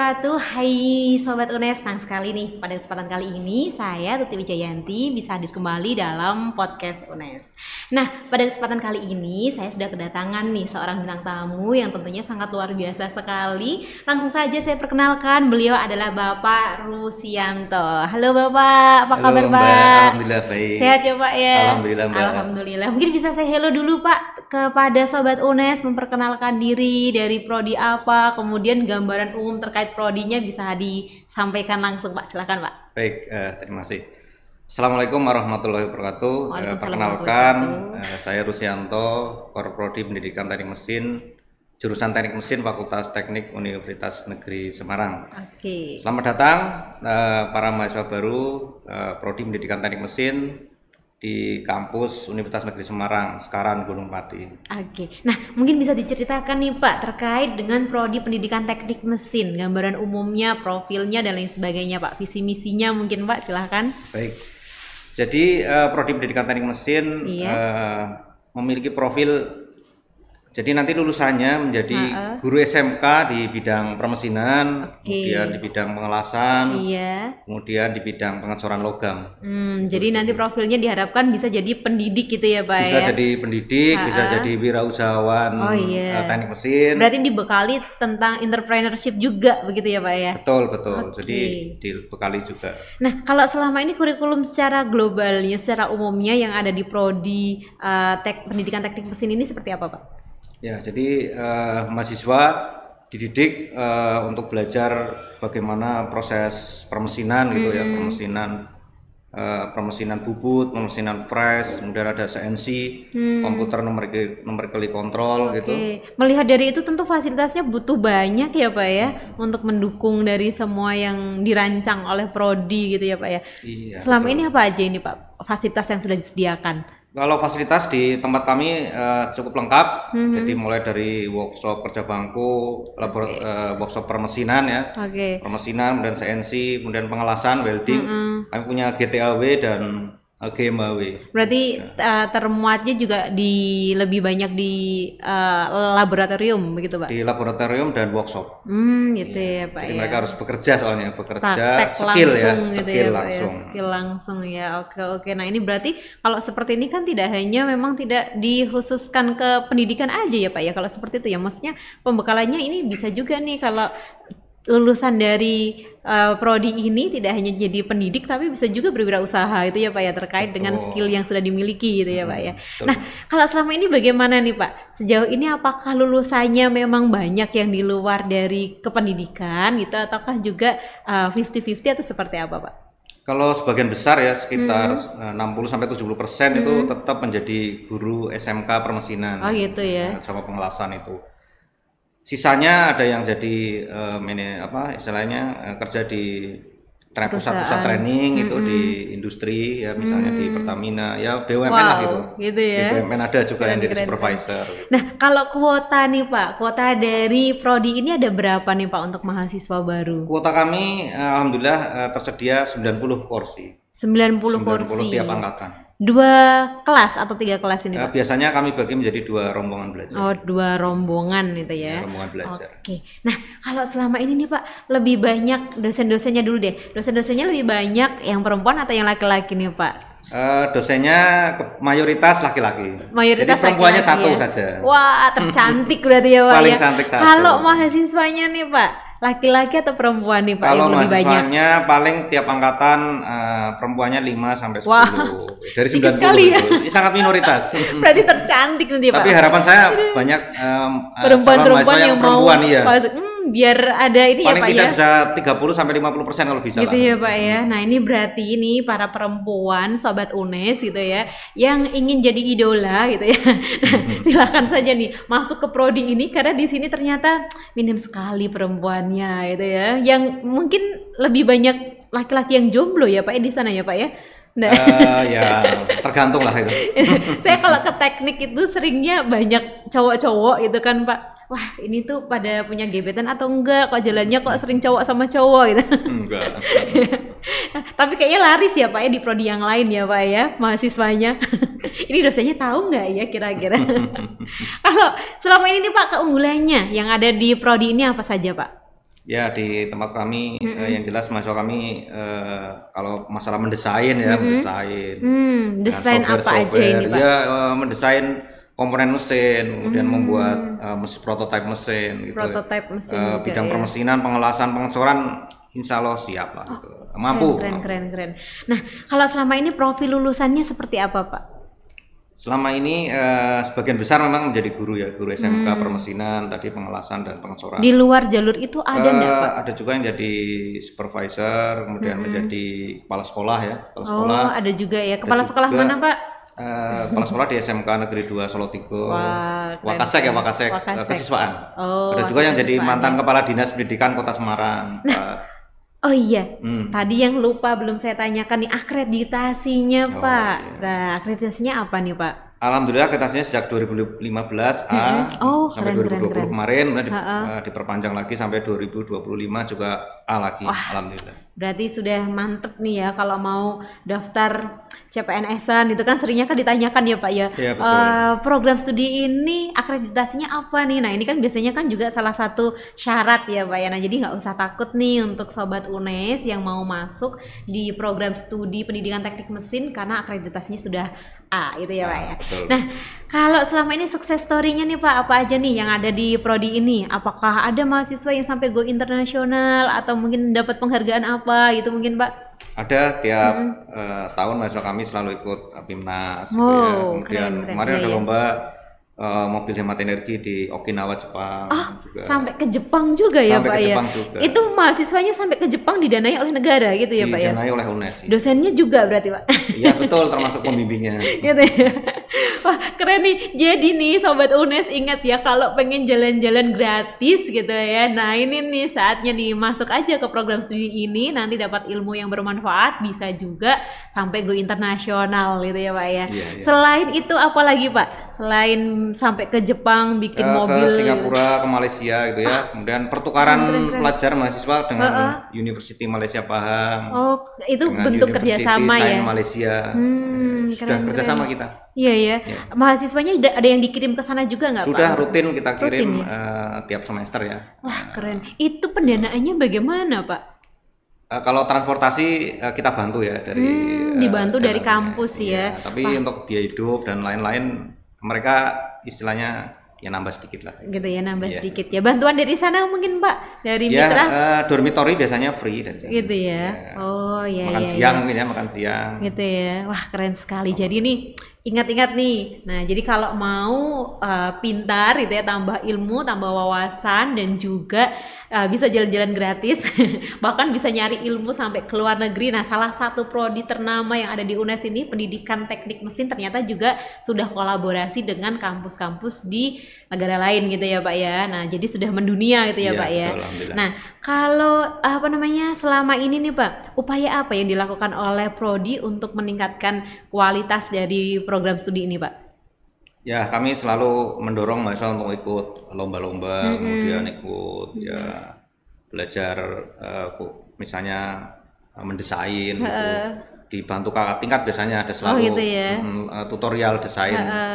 wabarakatuh. Hai Sobat UNES, senang sekali nih pada kesempatan kali ini saya Tuti Wijayanti bisa hadir kembali dalam podcast UNES. Nah, pada kesempatan kali ini saya sudah kedatangan nih seorang bintang tamu yang tentunya sangat luar biasa sekali. Langsung saja saya perkenalkan, beliau adalah Bapak Rusianto. Halo Bapak, apa kabar Mbak? Pak? Alhamdulillah baik. Sehat ya Pak ya? Alhamdulillah Mbak. Alhamdulillah. Mungkin bisa saya hello dulu Pak kepada Sobat UNES, memperkenalkan diri, dari prodi apa, kemudian gambaran umum terkait prodinya bisa disampaikan langsung Pak, silakan Pak. Baik, terima kasih. Assalamualaikum warahmatullahi wabarakatuh. Perkenalkan, saya Rusianto, Prodi Pendidikan Teknik Mesin, jurusan Teknik Mesin Fakultas Teknik Universitas Negeri Semarang. Oke. Selamat datang para mahasiswa baru Prodi Pendidikan Teknik Mesin di kampus Universitas Negeri Semarang, sekarang Gunung Pati. Oke, nah mungkin bisa diceritakan nih Pak terkait dengan Prodi Pendidikan Teknik Mesin, gambaran umumnya, profilnya dan lain sebagainya Pak, visi misinya mungkin Pak, silahkan. Baik, jadi Prodi Pendidikan Teknik Mesin memiliki profil. Jadi nanti lulusannya menjadi guru SMK di bidang permesinan, kemudian di bidang pengelasan, kemudian di bidang pengecoran logam. Jadi nanti profilnya diharapkan bisa jadi pendidik gitu ya Pak? Bisa jadi pendidik, bisa jadi wirausahawan teknik mesin. Berarti dibekali tentang entrepreneurship juga begitu ya Pak ya? Betul, betul. Jadi dibekali juga. Nah, kalau selama ini kurikulum secara globalnya, secara umumnya yang ada di Prodi Pendidikan Teknik Mesin ini seperti apa Pak? Ya, jadi mahasiswa dididik untuk belajar bagaimana proses permesinan gitu ya, permesinan bubut, permesinan press, kemudian ada CNC, komputer numerically control gitu. Melihat dari itu tentu fasilitasnya butuh banyak ya Pak ya, untuk mendukung dari semua yang dirancang oleh Prodi gitu ya Pak ya. Iya, selama ini apa aja ini Pak fasilitas yang sudah disediakan? Kalau fasilitas di tempat kami cukup lengkap, jadi mulai dari workshop kerja bangku, workshop permesinan ya, permesinan, kemudian CNC, kemudian pengelasan, welding, kami punya GTAW dan GMAW. Berarti termuatnya juga lebih banyak di laboratorium begitu Pak? Di laboratorium dan workshop. Gitu ya Pak. Jadi ya. mereka harus bekerja soalnya, praktek skill langsung, ya, gitu skill ya, langsung. Ya, skill langsung ya. Oke. Nah ini berarti kalau seperti ini kan tidak hanya memang tidak dikhususkan ke pendidikan aja ya Pak ya. Kalau seperti itu ya, maksudnya pembekalannya ini bisa juga nih kalau lulusan dari prodi ini tidak hanya jadi pendidik tapi bisa juga berwirausaha itu ya Pak ya, terkait dengan skill yang sudah dimiliki gitu ya Pak ya. Nah, kalau selama ini bagaimana nih Pak? Sejauh ini apakah lulusannya memang banyak yang di luar dari kependidikan gitu ataukah juga 50-50 atau seperti apa Pak? Kalau sebagian besar ya sekitar 60-70% itu tetap menjadi guru SMK permesinan. Oh gitu ya. Sama pengelasan itu. Sisanya ada yang jadi istilahnya kerja di pusat-pusat training itu di industri ya, misalnya di Pertamina ya, BUMN lah gitu. Gitu ya. Di BUMN ada juga yang jadi supervisor. Gitu. Nah, kalau kuota nih Pak, kuota dari prodi ini ada berapa nih Pak untuk mahasiswa baru? Kuota kami alhamdulillah tersedia 90 kursi. 90 kursi. Tiap angkatan. 2 kelas atau 3 kelas ini Pak? Biasanya kami bagi menjadi 2 rombongan belajar. Oh, 2 rombongan itu ya? Rombongan belajar. Oke. Nah, kalau selama ini nih Pak, lebih banyak dosen-dosennya dulu deh. Dosen-dosennya lebih banyak yang perempuan atau yang laki-laki nih Pak? Dosennya mayoritas laki-laki. Mayoritas jadi perempuannya laki-laki satu ya? saja. Wah, tercantik berarti ya Pak. Paling ya? cantik satu. Kalau mahasiswanya nih Pak, laki-laki atau perempuan nih Pak yang lebih banyak? Kalau mahasiswanya paling tiap angkatan perempuannya 5 sampai 10. Wah, dari 90 sekali ya? Ini sangat minoritas. Berarti tercantik nanti Pak. Tapi harapan saya banyak perempuan yang perempuan, mau iya. Biar ada ini paling ya Pak tidak ya. bisa 30 sampai 50% kalau bisa. Gitu ya Pak ya. Nah, ini berarti ini para perempuan Sobat UNES gitu ya yang ingin jadi idola gitu ya. Silakan saja nih masuk ke prodi ini karena di sini ternyata minim sekali perempuannya gitu ya. Yang mungkin lebih banyak laki-laki yang jomblo ya Pak ya di sana ya Pak ya. Nah. Ya tergantung lah itu. Saya kalau ke teknik itu seringnya banyak cowok-cowok gitu kan Pak. Wah ini tuh pada punya gebetan atau enggak, kok jalannya kok sering cowok sama cowok gitu. Enggak. Tapi kayaknya laris ya Pak ya di prodi yang lain ya Pak ya mahasiswanya. Ini dosennya tahu nggak ya kira-kira? Kalau selama ini nih Pak keunggulannya yang ada di prodi ini apa saja Pak? Ya di tempat kami yang jelas mahasiswa kami kalau masalah mendesain ya mendesain. Desain apa aja ini Pak? Ya mendesain komponen mesin, kemudian membuat mesin prototipe mesin gitu. Prototipe mesin juga, bidang permesinan, pengelasan, pengecoran insya Allah siap lah gitu. Mampu. Keren. Nah kalau selama ini profil lulusannya seperti apa Pak? Selama ini sebagian besar memang menjadi guru ya, guru SMK permesinan, tadi pengelasan dan pengecoran. Di luar jalur itu ada nggak Pak? Ada juga yang jadi supervisor, kemudian menjadi kepala sekolah ya. Kepala sekolah. Ada juga ya. Kepala sekolah mana Pak? Kepala sekolah di SMK Negeri 2 Solo Tigo. Wakasek kesiswaan. Ada juga yang jadi mantan kepala dinas pendidikan Kota Semarang. Oh iya, tadi yang lupa belum saya tanyakan nih akreditasinya Pak. Iya. Nah, akreditasinya apa nih Pak? Alhamdulillah akreditasinya sejak 2015 sampai 2020 kemarin, diperpanjang lagi sampai 2025 juga A lagi. Alhamdulillah. Berarti sudah mantep nih ya kalau mau daftar CPNS-an itu kan seringnya kan ditanyakan ya Pak ya. Iya, betul. Program studi ini akreditasinya apa nih? Nah ini kan biasanya kan juga salah satu syarat ya Pak ya. Nah jadi nggak usah takut nih untuk Sobat UNES yang mau masuk di program studi pendidikan teknik mesin karena akreditasinya sudah A itu ya Pak ya. Betul. Nah kalau selama ini sukses story-nya nih Pak apa aja nih yang ada di prodi ini? Apakah ada mahasiswa yang sampai go internasional atau mungkin dapat penghargaan apa gitu mungkin Pak? Ada tiap tahun mahasiswa kami selalu ikut PIMNAS gitu ya. Kemudian kemarin ada lomba mobil hemat energi di Okinawa Jepang juga. Sampai ke Jepang juga ya Pak ya? Juga. Itu mahasiswanya sampai ke Jepang didanai oleh negara gitu ya Pak ya? Didanai oleh UNES. Ya. Dosennya juga berarti Pak? Iya betul, termasuk pembimbingnya. Gitu ya. Wah keren nih. Jadi nih Sobat UNES ingat ya kalau pengen jalan-jalan gratis gitu ya. Nah ini nih saatnya nih masuk aja ke program studi ini. Nanti dapat ilmu yang bermanfaat. Bisa juga sampai go internasional gitu ya Pak ya. Iya. Selain itu apa lagi Pak? Selain sampai ke Jepang bikin mobil. Ke Singapura, ke Malaysia gitu ya. Kemudian pertukaran pelajar mahasiswa dengan University Malaysia Pahang. Oh itu bentuk kerjasama ya? Malaysia. Sudah kerjasama kita. Iya ya. Mahasiswanya ada yang dikirim ke sana juga nggak Pak? Sudah rutin kita kirim tiap semester ya. Wah keren. Itu pendanaannya bagaimana Pak? Kalau transportasi kita bantu ya dari dibantu dari kampus ya. Tapi untuk biaya hidup dan lain-lain mereka istilahnya ya nambah sedikit lah. Gitu ya nambah sedikit ya. Bantuan dari sana mungkin Pak dari mitra? Dormitory biasanya free dari sana. Gitu ya. Oh ya. Makan siang mungkin ya makan siang. Gitu ya. Wah keren sekali. Jadi nih ingat-ingat nih. Nah jadi kalau mau pintar gitu ya tambah ilmu, tambah wawasan dan juga bisa jalan-jalan gratis. Bahkan bisa nyari ilmu sampai ke luar negeri. Nah salah satu prodi ternama yang ada di UNES ini pendidikan teknik mesin ternyata juga sudah kolaborasi dengan kampus-kampus di negara lain gitu ya Pak ya. Nah jadi sudah mendunia gitu ya Pak ya. Nah kalau selama ini nih Pak upaya apa yang dilakukan oleh prodi untuk meningkatkan kualitas dari program studi ini Pak? Ya kami selalu mendorong mahasiswa untuk ikut lomba-lomba, kemudian ikut ya belajar misalnya mendesain gitu. Dibantu kakak tingkat biasanya ada selalu tutorial desain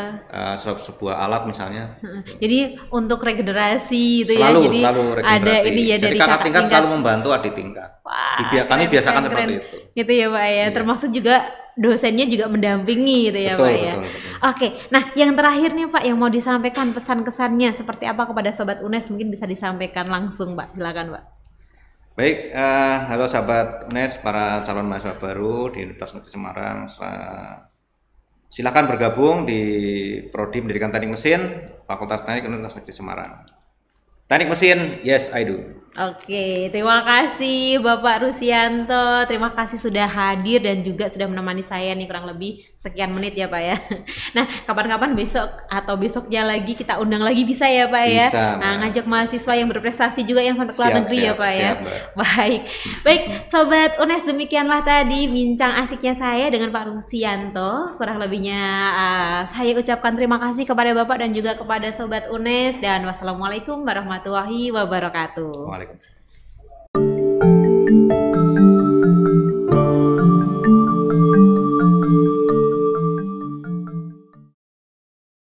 sebuah alat misalnya. Jadi untuk regenerasi itu selalu, ya. Jadi selalu ada ini ya jadi dari kakak tingkat selalu membantu adik tingkat. Kami biasakan seperti itu. Gitu ya Pak ya. Termasuk juga dosennya juga mendampingi gitu ya Pak ya. Betul. Oke, nah yang terakhir nih Pak yang mau disampaikan pesan-kesannya seperti apa kepada Sobat UNES mungkin bisa disampaikan langsung Pak. Silakan Pak. Baik, halo sahabat UNES, para calon mahasiswa baru di Universitas Negeri Semarang. Silakan bergabung di Prodi Pendidikan Teknik Mesin, Fakultas Teknik Universitas Negeri Semarang. Teknik mesin, yes I do. Oke, terima kasih Bapak Rusianto. Terima kasih sudah hadir dan juga sudah menemani saya nih kurang lebih sekian menit ya Pak ya. Nah, kapan-kapan besok atau besoknya lagi kita undang lagi bisa ya Pak ya. Bisa, nah, ngajak mahasiswa yang berprestasi juga yang sampai ke luar negeri ya Pak ya. Baik, Sobat UNES demikianlah tadi bincang asiknya saya dengan Pak Rusianto. Kurang lebihnya saya ucapkan terima kasih kepada Bapak dan juga kepada Sobat UNES dan wassalamualaikum warahmatullahi wabarakatuh. Waalaikumsalam.